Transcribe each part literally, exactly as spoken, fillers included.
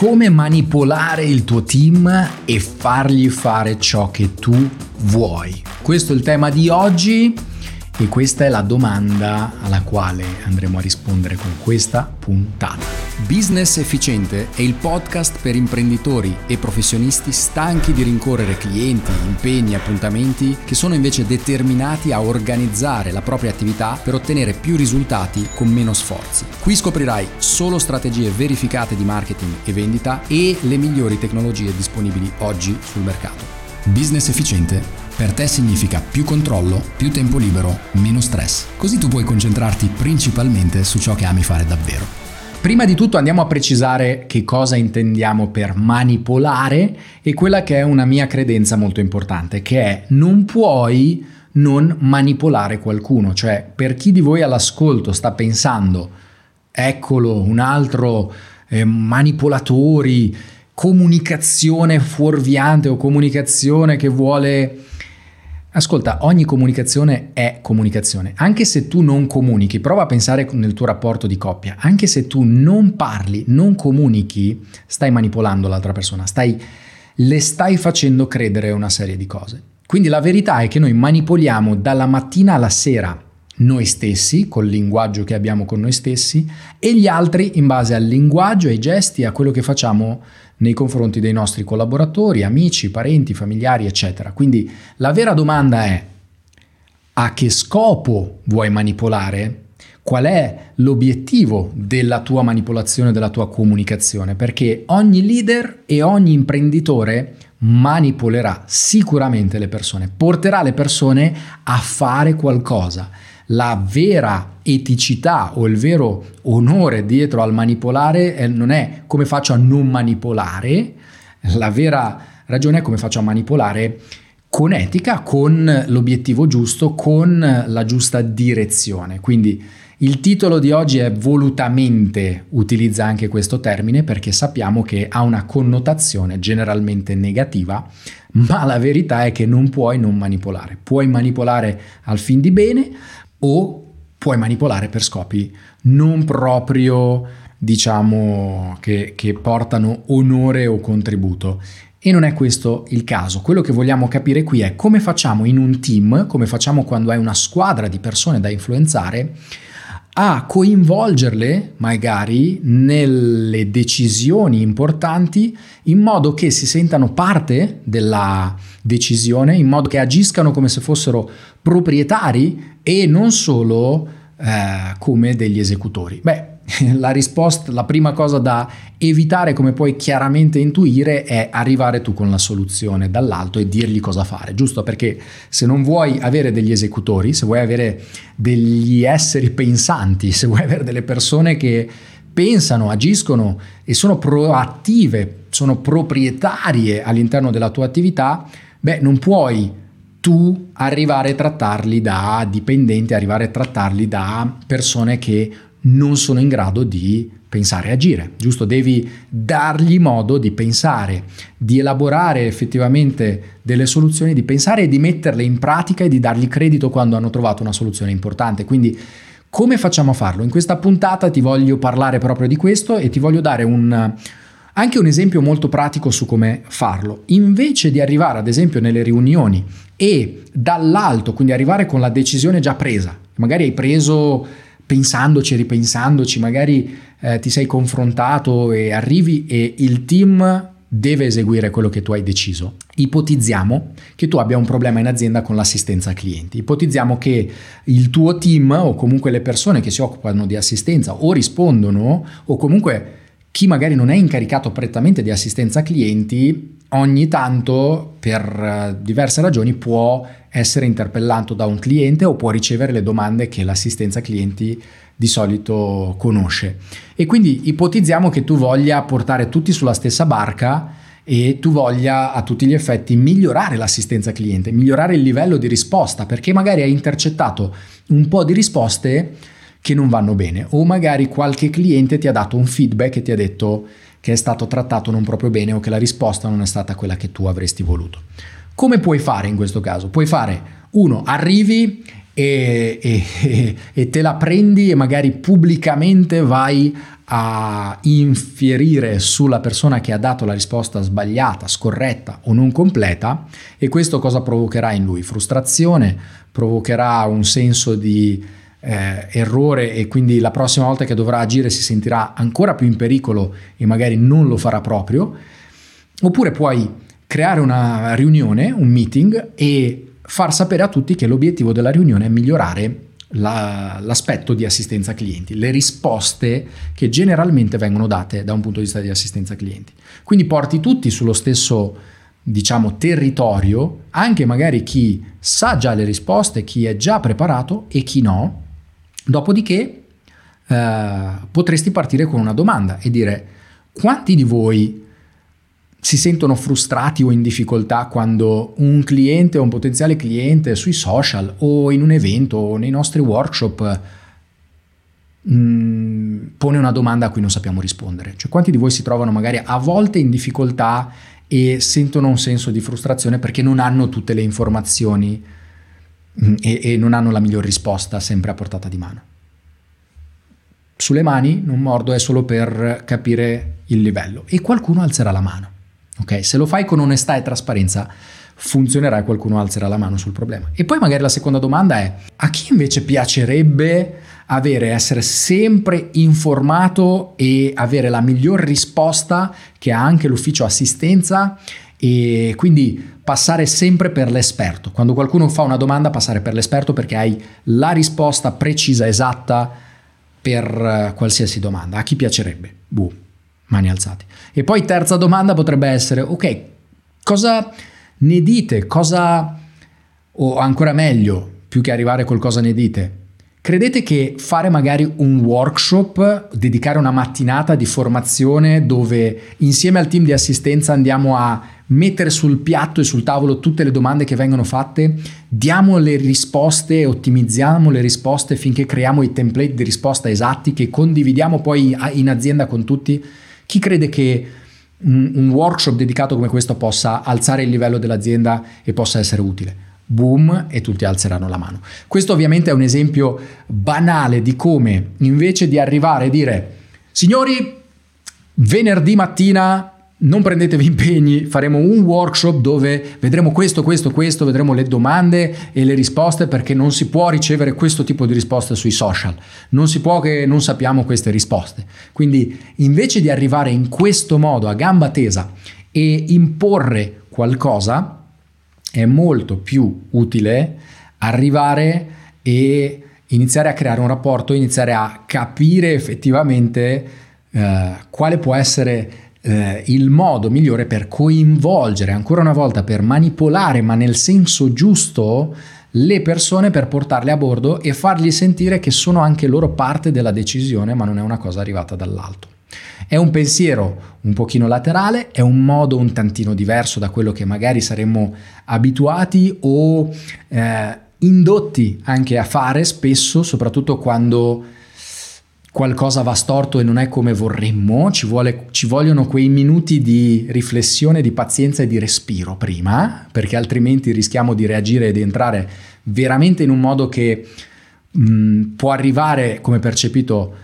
Come manipolare il tuo team e fargli fare ciò che tu vuoi. Questo è il tema di oggi e questa è la domanda alla quale andremo a rispondere con questa puntata. Business Efficiente è il podcast per imprenditori e professionisti stanchi di rincorrere clienti, impegni, appuntamenti che sono invece determinati a organizzare la propria attività per ottenere più risultati con meno sforzi. Qui scoprirai solo strategie verificate di marketing e vendita e le migliori tecnologie disponibili oggi sul mercato. Business Efficiente per te significa più controllo, più tempo libero, meno stress. Così tu puoi concentrarti principalmente su ciò che ami fare davvero. Prima di tutto andiamo a precisare che cosa intendiamo per manipolare e quella che è una mia credenza molto importante, che è non puoi non manipolare qualcuno. Cioè, per chi di voi all'ascolto sta pensando, eccolo, un altro eh, manipolatori, comunicazione fuorviante o comunicazione che vuole... Ascolta, ogni comunicazione è comunicazione. Anche se tu non comunichi, prova a pensare nel tuo rapporto di coppia, anche se tu non parli, non comunichi, stai manipolando l'altra persona, stai, le stai facendo credere una serie di cose. Quindi la verità è che noi manipoliamo dalla mattina alla sera noi stessi, col linguaggio che abbiamo con noi stessi, e gli altri in base al linguaggio, ai gesti, a quello che facciamo nei confronti dei nostri collaboratori, amici, parenti, familiari, eccetera. Quindi la vera domanda è: a che scopo vuoi manipolare? Qual è l'obiettivo della tua manipolazione, della tua comunicazione? Perché ogni leader e ogni imprenditore manipolerà sicuramente le persone, porterà le persone a fare qualcosa. La vera eticità o il vero onore dietro al manipolare eh, non è come faccio a non manipolare, la vera ragione è come faccio a manipolare con etica, con l'obiettivo giusto, con la giusta direzione. Quindi il titolo di oggi è volutamente, utilizza anche questo termine perché sappiamo che ha una connotazione generalmente negativa, ma la verità è che non puoi non manipolare. Puoi manipolare al fin di bene o puoi manipolare per scopi non proprio, diciamo, che, che portano onore o contributo. E non è questo il caso. Quello che vogliamo capire qui è come facciamo in un team, come facciamo quando hai una squadra di persone da influenzare, a coinvolgerle magari nelle decisioni importanti in modo che si sentano parte della decisione, in modo che agiscano come se fossero proprietari e non solo eh, come degli esecutori. Beh, la risposta, la prima cosa da evitare, come puoi chiaramente intuire, è arrivare tu con la soluzione dall'alto e dirgli cosa fare, giusto? Perché se non vuoi avere degli esecutori, se vuoi avere degli esseri pensanti, se vuoi avere delle persone che pensano, agiscono e sono proattive, sono proprietarie all'interno della tua attività, beh, non puoi tu arrivare a trattarli da dipendenti, arrivare a trattarli da persone che non sono in grado di pensare e agire, giusto? Devi dargli modo di pensare, di elaborare effettivamente delle soluzioni, di pensare e di metterle in pratica e di dargli credito quando hanno trovato una soluzione importante. Quindi come facciamo a farlo? In questa puntata ti voglio parlare proprio di questo e ti voglio dare un, anche un esempio molto pratico su come farlo. Invece di arrivare ad esempio nelle riunioni e dall'alto, quindi arrivare con la decisione già presa, magari hai preso pensandoci, ripensandoci, magari eh, ti sei confrontato e arrivi e il team deve eseguire quello che tu hai deciso. Ipotizziamo che tu abbia un problema in azienda con l'assistenza al cliente. Ipotizziamo che il tuo team o comunque le persone che si occupano di assistenza o rispondono o comunque chi magari non è incaricato prettamente di assistenza clienti ogni tanto per diverse ragioni può essere interpellato da un cliente o può ricevere le domande che l'assistenza clienti di solito conosce. E quindi ipotizziamo che tu voglia portare tutti sulla stessa barca e tu voglia a tutti gli effetti migliorare l'assistenza cliente, migliorare il livello di risposta, perché magari hai intercettato un po' di risposte che non vanno bene o magari qualche cliente ti ha dato un feedback e ti ha detto che è stato trattato non proprio bene o che la risposta non è stata quella che tu avresti voluto. Come puoi fare in questo caso? Puoi fare, uno, arrivi e, e, e te la prendi e magari pubblicamente vai a infierire sulla persona che ha dato la risposta sbagliata, scorretta o non completa, e questo cosa provocherà in lui? Frustrazione, provocherà un senso di eh, errore, e quindi la prossima volta che dovrà agire si sentirà ancora più in pericolo e magari non lo farà proprio. Oppure puoi creare una riunione, un meeting, e far sapere a tutti che l'obiettivo della riunione è migliorare La, l'aspetto di assistenza clienti, le risposte che generalmente vengono date da un punto di vista di assistenza clienti. Quindi porti tutti sullo stesso, diciamo, territorio, anche magari chi sa già le risposte, chi è già preparato e chi no. Dopodiché eh, potresti partire con una domanda e dire: quanti di voi si sentono frustrati o in difficoltà quando un cliente o un potenziale cliente sui social o in un evento o nei nostri workshop mh, pone una domanda a cui non sappiamo rispondere? Cioè, quanti di voi si trovano magari a volte in difficoltà e sentono un senso di frustrazione perché non hanno tutte le informazioni mh, e, e non hanno la miglior risposta sempre a portata di mano? Sulle mani non mordo, è solo per capire il livello, e qualcuno alzerà la mano. Ok, se lo fai con onestà e trasparenza funzionerà e qualcuno alzerà la mano sul problema. E poi magari la seconda domanda è: a chi invece piacerebbe avere, essere sempre informato e avere la miglior risposta che ha anche l'ufficio assistenza, e quindi passare sempre per l'esperto? Quando qualcuno fa una domanda, passare per l'esperto perché hai la risposta precisa, esatta per qualsiasi domanda. A chi piacerebbe? Buh. Mani alzate. E poi terza domanda potrebbe essere: ok, cosa ne dite? Cosa, o ancora meglio, più che arrivare col cosa ne dite, credete che fare magari un workshop, dedicare una mattinata di formazione dove insieme al team di assistenza andiamo a mettere sul piatto e sul tavolo tutte le domande che vengono fatte, diamo le risposte e ottimizziamo le risposte finché creiamo i template di risposta esatti che condividiamo poi in azienda con tutti? Chi crede che un, un workshop dedicato come questo possa alzare il livello dell'azienda e possa essere utile? Boom, e tutti alzeranno la mano. Questo ovviamente è un esempio banale di come, invece di arrivare e dire: signori, venerdì mattina non prendetevi impegni, faremo un workshop dove vedremo questo, questo, questo, vedremo le domande e le risposte, perché non si può ricevere questo tipo di risposte sui social, non si può che non sappiamo queste risposte. Quindi invece di arrivare in questo modo a gamba tesa e imporre qualcosa, è molto più utile arrivare e iniziare a creare un rapporto, iniziare a capire effettivamente eh, quale può essere Eh, il modo migliore per coinvolgere, ancora una volta, per manipolare, ma nel senso giusto, le persone, per portarle a bordo e fargli sentire che sono anche loro parte della decisione, ma non è una cosa arrivata dall'alto. È un pensiero un pochino laterale, è un modo un tantino diverso da quello che magari saremmo abituati o eh, indotti anche a fare spesso, soprattutto quando qualcosa va storto e non è come vorremmo. Ci vuole, ci vogliono quei minuti di riflessione, di pazienza e di respiro prima, perché altrimenti rischiamo di reagire ed entrare veramente in un modo che mh, può arrivare, come percepito,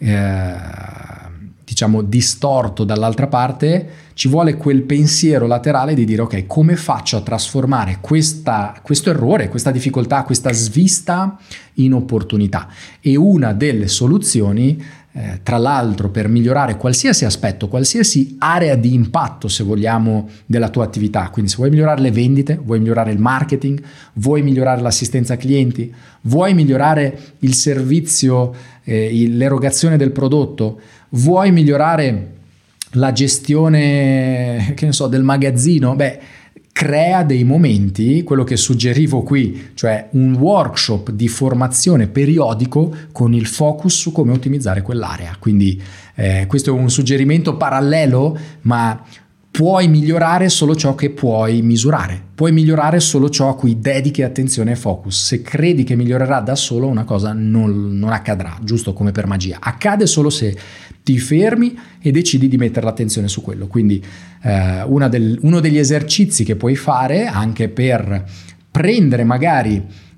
eh, diciamo distorto dall'altra parte. Ci vuole quel pensiero laterale di dire: ok, come faccio a trasformare questa, questo errore, questa difficoltà, questa svista in opportunità? E una delle soluzioni, eh, tra l'altro, per migliorare qualsiasi aspetto, qualsiasi area di impatto, se vogliamo, della tua attività, quindi se vuoi migliorare le vendite, vuoi migliorare il marketing, vuoi migliorare l'assistenza clienti, vuoi migliorare il servizio, eh, l'erogazione del prodotto, vuoi migliorare la gestione, che ne so, del magazzino, beh, crea dei momenti, quello che suggerivo qui, cioè un workshop di formazione periodico con il focus su come ottimizzare quell'area. Quindi eh, questo è un suggerimento parallelo, ma puoi migliorare solo ciò che puoi misurare, puoi migliorare solo ciò a cui dedichi attenzione e focus. Se credi che migliorerà da solo, una cosa non, non accadrà, giusto come per magia. Accade solo se ti fermi e decidi di mettere l'attenzione su quello. Quindi eh, una del, uno degli esercizi che puoi fare anche per prendere magari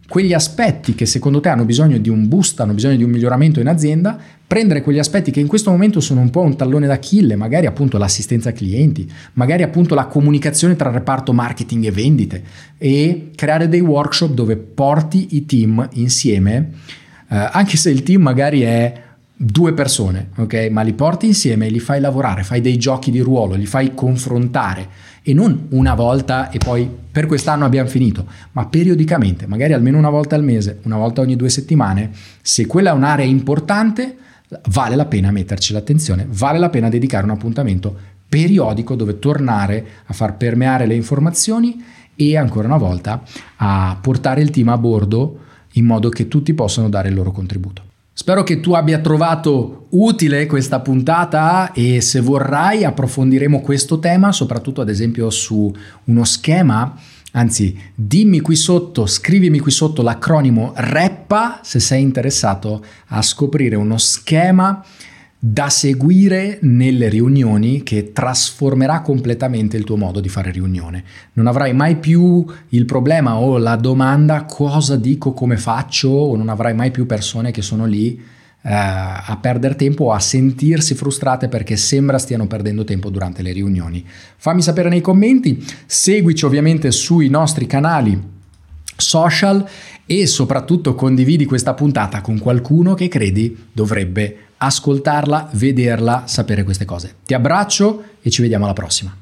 quegli aspetti che secondo te hanno bisogno di un boost, hanno bisogno di un miglioramento in azienda, prendere quegli aspetti che in questo momento sono un po' un tallone d'Achille, magari appunto l'assistenza clienti, magari appunto la comunicazione tra reparto marketing e vendite, e creare dei workshop dove porti i team insieme, eh, anche se il team magari è due persone, ok? Ma li porti insieme e li fai lavorare, fai dei giochi di ruolo, li fai confrontare, e non una volta e poi per quest'anno abbiamo finito, ma periodicamente, magari almeno una volta al mese, una volta ogni due settimane. Se quella è un'area importante, vale la pena metterci l'attenzione, vale la pena dedicare un appuntamento periodico dove tornare a far permeare le informazioni e ancora una volta a portare il team a bordo in modo che tutti possano dare il loro contributo. Spero che tu abbia trovato utile questa puntata, e se vorrai approfondiremo questo tema, soprattutto ad esempio su uno schema. Anzi, dimmi qui sotto, scrivimi qui sotto l'acronimo REPPA se sei interessato a scoprire uno schema da seguire nelle riunioni che trasformerà completamente il tuo modo di fare riunione. Non avrai mai più il problema o la domanda cosa dico, come faccio, o non avrai mai più persone che sono lì eh, a perdere tempo o a sentirsi frustrate perché sembra stiano perdendo tempo durante le riunioni. Fammi sapere nei commenti, seguici ovviamente sui nostri canali social e soprattutto condividi questa puntata con qualcuno che credi dovrebbe ascoltarla, vederla, sapere queste cose. Ti abbraccio e ci vediamo alla prossima.